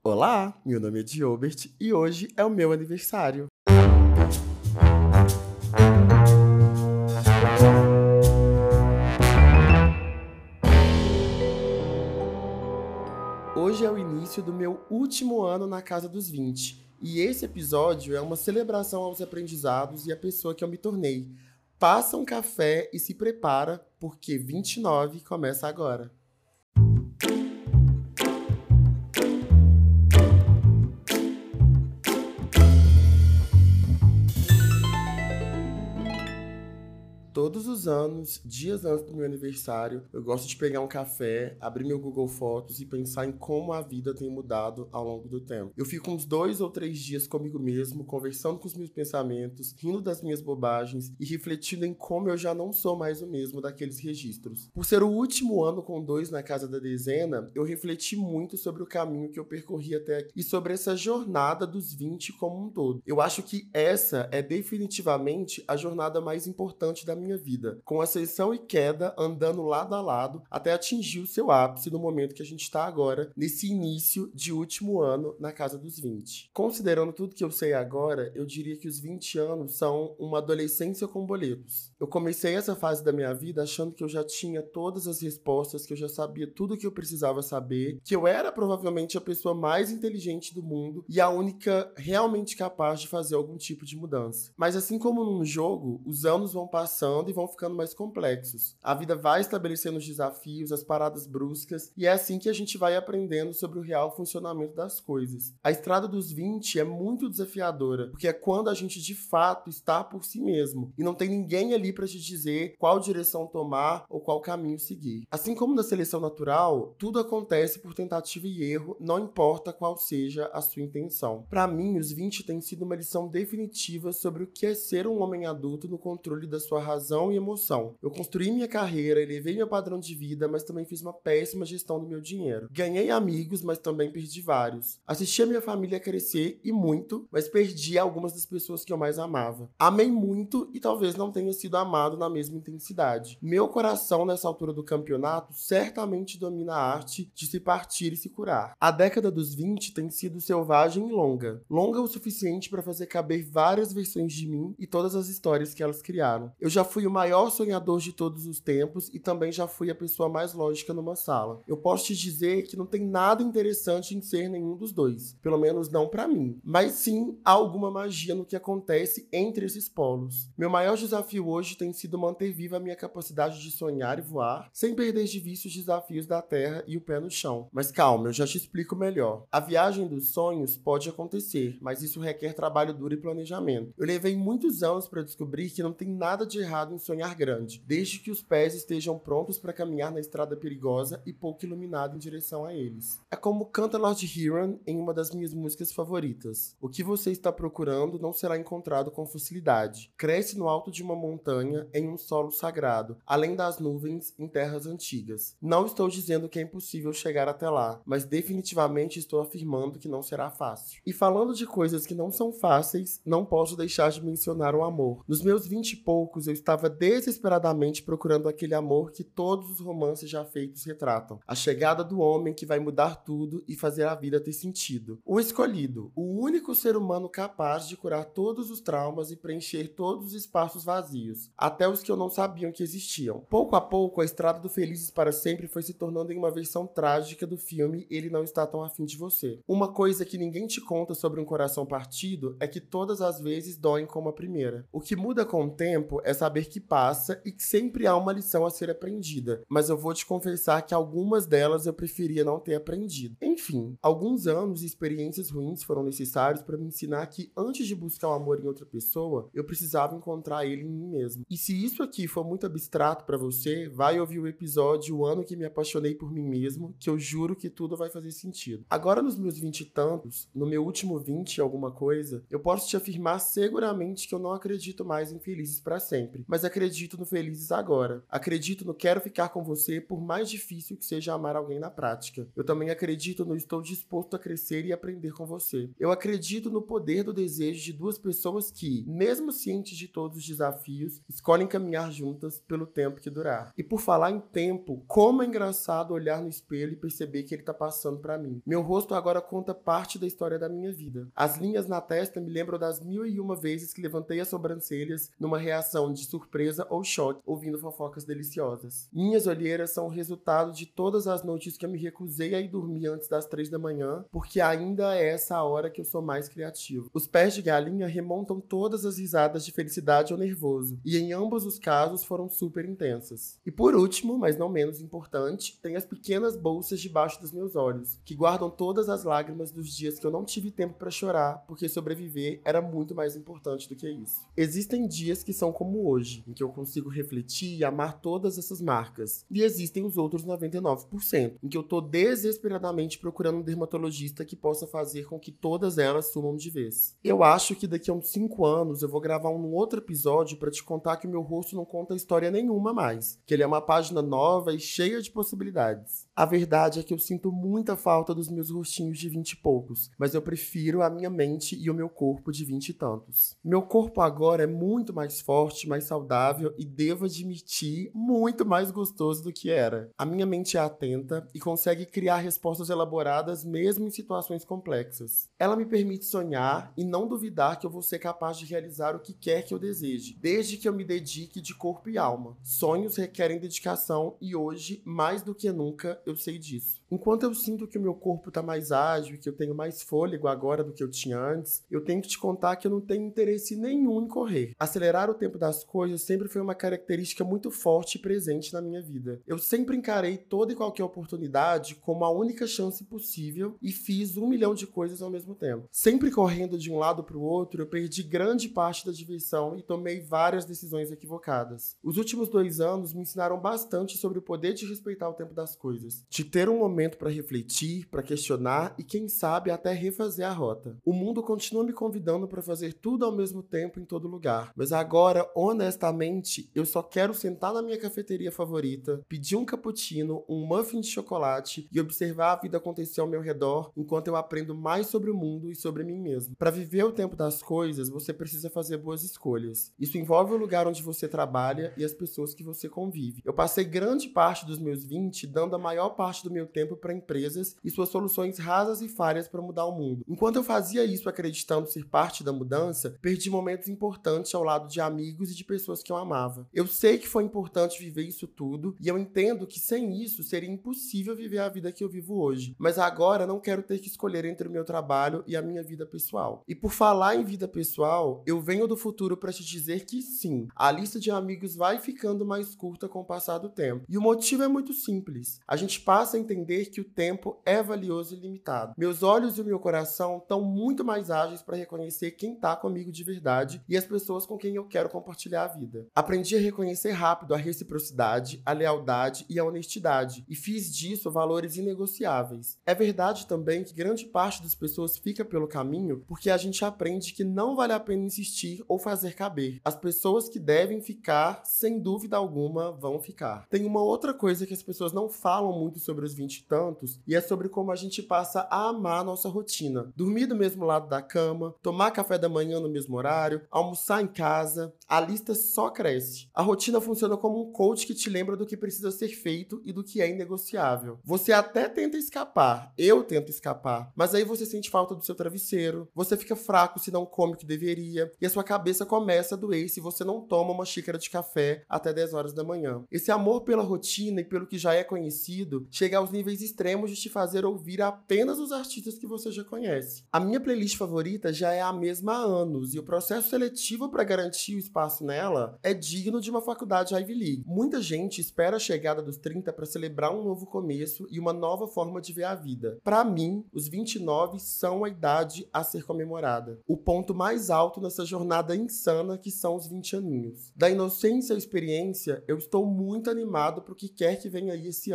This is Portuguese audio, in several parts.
Olá, meu nome é Diobert e hoje é o meu aniversário. Hoje é o início do meu último ano na casa dos 20 e esse episódio é uma celebração aos aprendizados e à pessoa que eu me tornei. Passa um café e se prepara, porque 29 começa agora. Todos os anos, dias antes do meu aniversário, eu gosto de pegar um café, abrir meu Google Fotos e pensar em como a vida tem mudado ao longo do tempo. Eu fico uns 2 ou 3 dias comigo mesmo, conversando com os meus pensamentos, rindo das minhas bobagens e refletindo em como eu já não sou mais o mesmo daqueles registros. Por ser o último ano com 2 na casa da dezena, eu refleti muito sobre o caminho que eu percorri até aqui e sobre essa jornada dos 20 como um todo. Eu acho que essa é definitivamente a jornada mais importante da minha vida, com ascensão e queda andando lado a lado até atingir o seu ápice no momento que a gente está agora, nesse início de último ano na casa dos 20. Considerando tudo que eu sei agora, eu diria que os 20 anos são uma adolescência com boletos. Eu comecei essa fase da minha vida achando que eu já tinha todas as respostas, que eu já sabia tudo o que eu precisava saber, que eu era provavelmente a pessoa mais inteligente do mundo e a única realmente capaz de fazer algum tipo de mudança. Mas assim como num jogo, os anos vão passando e vão ficando mais complexos. A vida vai estabelecendo os desafios, as paradas bruscas, e é assim que a gente vai aprendendo sobre o real funcionamento das coisas. A estrada dos 20 é muito desafiadora, porque é quando a gente de fato está por si mesmo, e não tem ninguém ali para te dizer qual direção tomar ou qual caminho seguir. Assim como na seleção natural, tudo acontece por tentativa e erro, não importa qual seja a sua intenção. Para mim, os 20 têm sido uma lição definitiva sobre o que é ser um homem adulto no controle da sua razão e emoção. Eu construí minha carreira, elevei meu padrão de vida, mas também fiz uma péssima gestão do meu dinheiro. Ganhei amigos, mas também perdi vários. Assisti a minha família crescer e muito, mas perdi algumas das pessoas que eu mais amava. Amei muito e talvez não tenha sido amado na mesma intensidade. Meu coração, nessa altura do campeonato, certamente domina a arte de se partir e se curar. A década dos 20 tem sido selvagem e longa. Longa o suficiente para fazer caber várias versões de mim e todas as histórias que elas criaram. Eu já fui o maior sonhador de todos os tempos e também já fui a pessoa mais lógica numa sala. Eu posso te dizer que não tem nada interessante em ser nenhum dos dois, pelo menos não pra mim. Mas sim, há alguma magia no que acontece entre esses polos. Meu maior desafio hoje tem sido manter viva a minha capacidade de sonhar e voar, sem perder de vista os desafios da terra e o pé no chão. Mas calma, eu já te explico melhor. A viagem dos sonhos pode acontecer, mas isso requer trabalho duro e planejamento. Eu levei muitos anos para descobrir que não tem nada de errado em sonhar grande, desde que os pés estejam prontos para caminhar na estrada perigosa e pouco iluminado em direção a eles. É como canta Lord Huron em uma das minhas músicas favoritas. O que você está procurando não será encontrado com facilidade. Cresce no alto de uma montanha, em um solo sagrado, além das nuvens, em terras antigas. Não estou dizendo que é impossível chegar até lá, mas definitivamente estou afirmando que não será fácil. E falando de coisas que não são fáceis, não posso deixar de mencionar o amor. Nos meus 20 e poucos, eu estava desesperadamente procurando aquele amor que todos os romances já feitos retratam. A chegada do homem que vai mudar tudo e fazer a vida ter sentido. O escolhido, o único ser humano capaz de curar todos os traumas e preencher todos os espaços vazios, até os que eu não sabia que existiam. Pouco a pouco, a estrada do Felizes para Sempre foi se tornando em uma versão trágica do filme Ele Não Está Tão Afim de Você. Uma coisa que ninguém te conta sobre um coração partido é que todas as vezes doem como a primeira. O que muda com o tempo é saber que passa e que sempre há uma lição a ser aprendida, mas eu vou te confessar que algumas delas eu preferia não ter aprendido. Enfim, alguns anos e experiências ruins foram necessários para me ensinar que antes de buscar o amor em outra pessoa, eu precisava encontrar ele em mim mesmo. E se isso aqui for muito abstrato para você, vai ouvir o episódio O Ano que Me Apaixonei por Mim Mesmo, que eu juro que tudo vai fazer sentido. Agora nos meus 20 e tantos, no meu último 20 e alguma coisa, eu posso te afirmar seguramente que eu não acredito mais em Felizes para Sempre. Mas mas acredito no felizes agora. Acredito no quero ficar com você, por mais difícil que seja amar alguém na prática. Eu também acredito no estou disposto a crescer e aprender com você. Eu acredito no poder do desejo de duas pessoas que, mesmo cientes de todos os desafios, escolhem caminhar juntas pelo tempo que durar. E por falar em tempo, como é engraçado olhar no espelho e perceber que ele tá passando pra mim. Meu rosto agora conta parte da história da minha vida. As linhas na testa me lembram das 1001 vezes que levantei as sobrancelhas numa reação de surpresa ou choque, ouvindo fofocas deliciosas. Minhas olheiras são o resultado de todas as noites que eu me recusei a ir dormir antes das 3 da manhã, porque ainda é essa a hora que eu sou mais criativo. Os pés de galinha remontam todas as risadas de felicidade ou nervoso, e em ambos os casos foram super intensas. E por último, mas não menos importante, tem as pequenas bolsas debaixo dos meus olhos, que guardam todas as lágrimas dos dias que eu não tive tempo para chorar, porque sobreviver era muito mais importante do que isso. Existem dias que são como hoje, em que eu consigo refletir e amar todas essas marcas. E existem os outros 99%, em que eu tô desesperadamente procurando um dermatologista que possa fazer com que todas elas sumam de vez. Eu acho que daqui a uns 5 anos eu vou gravar um outro episódio para te contar que o meu rosto não conta história nenhuma mais, que ele é uma página nova e cheia de possibilidades. A verdade é que eu sinto muita falta dos meus rostinhos de 20 e poucos, mas eu prefiro a minha mente e o meu corpo de 20 e tantos. Meu corpo agora é muito mais forte, mais saudável e, devo admitir, muito mais gostoso do que era. A minha mente é atenta e consegue criar respostas elaboradas mesmo em situações complexas. Ela me permite sonhar e não duvidar que eu vou ser capaz de realizar o que quer que eu deseje, desde que eu me dedique de corpo e alma. Sonhos requerem dedicação e hoje, mais do que nunca, eu sei disso. Enquanto eu sinto que o meu corpo tá mais ágil, que eu tenho mais fôlego agora do que eu tinha antes, eu tenho que te contar que eu não tenho interesse nenhum em correr. Acelerar o tempo das coisas sempre foi uma característica muito forte e presente na minha vida. Eu sempre encarei toda e qualquer oportunidade como a única chance possível e fiz 1 milhão de coisas ao mesmo tempo. Sempre correndo de um lado para o outro, eu perdi grande parte da diversão e tomei várias decisões equivocadas. Os últimos 2 anos me ensinaram bastante sobre o poder de respeitar o tempo das coisas, de ter um momento para refletir, para questionar e, quem sabe, até refazer a rota. O mundo continua me convidando para fazer tudo ao mesmo tempo em todo lugar, mas agora, honestamente, eu só quero sentar na minha cafeteria favorita, pedir um cappuccino, um muffin de chocolate e observar a vida acontecer ao meu redor enquanto eu aprendo mais sobre o mundo e sobre mim mesmo. Para viver o tempo das coisas, você precisa fazer boas escolhas. Isso envolve o lugar onde você trabalha e as pessoas que você convive. Eu passei grande parte dos meus 20 dando a maior parte do meu tempo para empresas e suas soluções rasas e falhas para mudar o mundo. Enquanto eu fazia isso acreditando ser parte da mudança, perdi momentos importantes ao lado de amigos e de pessoas que eu amava. Eu sei que foi importante viver isso tudo e eu entendo que sem isso seria impossível viver a vida que eu vivo hoje. Mas agora não quero ter que escolher entre o meu trabalho e a minha vida pessoal. E por falar em vida pessoal, eu venho do futuro para te dizer que sim, a lista de amigos vai ficando mais curta com o passar do tempo. E o motivo é muito simples. A gente passa a entender que o tempo é valioso e limitado. Meus olhos e o meu coração estão muito mais ágeis para reconhecer quem tá comigo de verdade e as pessoas com quem eu quero compartilhar a vida. Aprendi a reconhecer rápido a reciprocidade, a lealdade e a honestidade, e fiz disso valores inegociáveis. É verdade também que grande parte das pessoas fica pelo caminho porque a gente aprende que não vale a pena insistir ou fazer caber. As pessoas que devem ficar, sem dúvida alguma, vão ficar. Tem uma outra coisa que as pessoas não falam muito sobre os 20 e tantos, e é sobre como a gente passa a amar a nossa rotina. Dormir do mesmo lado da cama, tomar café da manhã no mesmo horário, almoçar em casa, a lista só cresce. A rotina funciona como um coach que te lembra do que precisa ser feito e do que é inegociável. Você até tenta escapar, eu tento escapar, mas aí você sente falta do seu travesseiro, você fica fraco se não come o que deveria, e a sua cabeça começa a doer se você não toma uma xícara de café até 10 horas da manhã. Esse amor pela rotina e pelo que já é conhecido chega aos níveis extremos de te fazer ouvir apenas os artistas que você já conhece. A minha playlist favorita já é a mesma há anos, e o processo seletivo para garantir o espaço nela é digno de uma faculdade Ivy League. Muita gente espera a chegada dos 30 para celebrar um novo começo e uma nova forma de ver a vida. Para mim, os 29 são a idade a ser comemorada. O ponto mais alto nessa jornada insana que são os 20 aninhos. Da inocência à experiência, eu estou muito animado para o que quer que venha aí esse ano.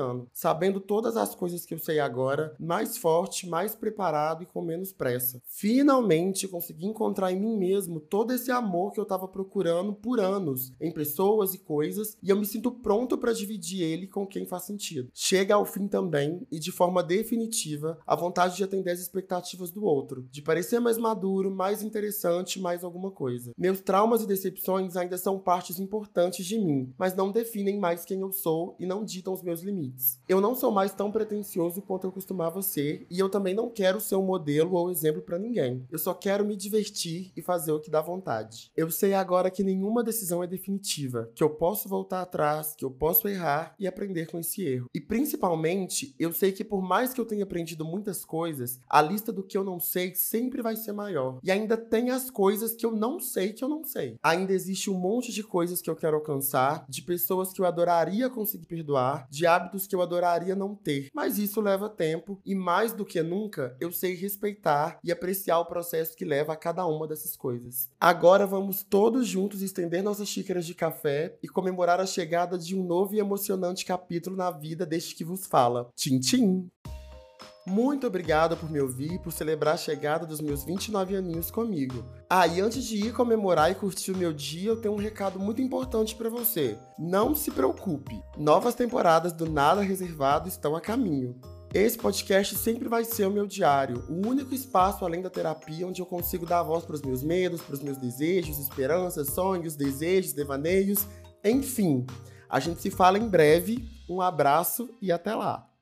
sabendo todas as coisas que eu sei agora, mais forte, mais preparado e com menos pressa. Finalmente consegui encontrar em mim mesmo todo esse amor que eu estava procurando por anos, em pessoas e coisas, e eu me sinto pronto para dividir ele com quem faz sentido. Chega ao fim também, e de forma definitiva, a vontade de atender às expectativas do outro, de parecer mais maduro, mais interessante, mais alguma coisa. Meus traumas e decepções ainda são partes importantes de mim, mas não definem mais quem eu sou e não ditam os meus limites. Eu não sou mais tão pretensioso quanto eu costumava ser, e eu também não quero ser um modelo ou exemplo para ninguém. Eu só quero me divertir e fazer o que dá vontade. Eu sei agora que nenhuma decisão é definitiva, que eu posso voltar atrás, que eu posso errar e aprender com esse erro. E principalmente, eu sei que por mais que eu tenha aprendido muitas coisas, a lista do que eu não sei sempre vai ser maior. E ainda tem as coisas que eu não sei que eu não sei. Ainda existe um monte de coisas que eu quero alcançar, de pessoas que eu adoraria conseguir perdoar, de hábitos que eu adoraria não ter. Mas isso leva tempo e mais do que nunca, eu sei respeitar e apreciar o processo que leva a cada uma dessas coisas. Agora vamos todos juntos estender nossas xícaras de café e comemorar a chegada de um novo e emocionante capítulo na vida deste que vos fala. Tchim, tchim! Muito obrigado por me ouvir e por celebrar a chegada dos meus 29 aninhos comigo. E antes de ir comemorar e curtir o meu dia, eu tenho um recado muito importante para você. Não se preocupe, novas temporadas do Nada Reservado estão a caminho. Esse podcast sempre vai ser o meu diário, o único espaço além da terapia onde eu consigo dar voz para os meus medos, para os meus desejos, esperanças, sonhos, desejos, devaneios, enfim. A gente se fala em breve, um abraço e até lá!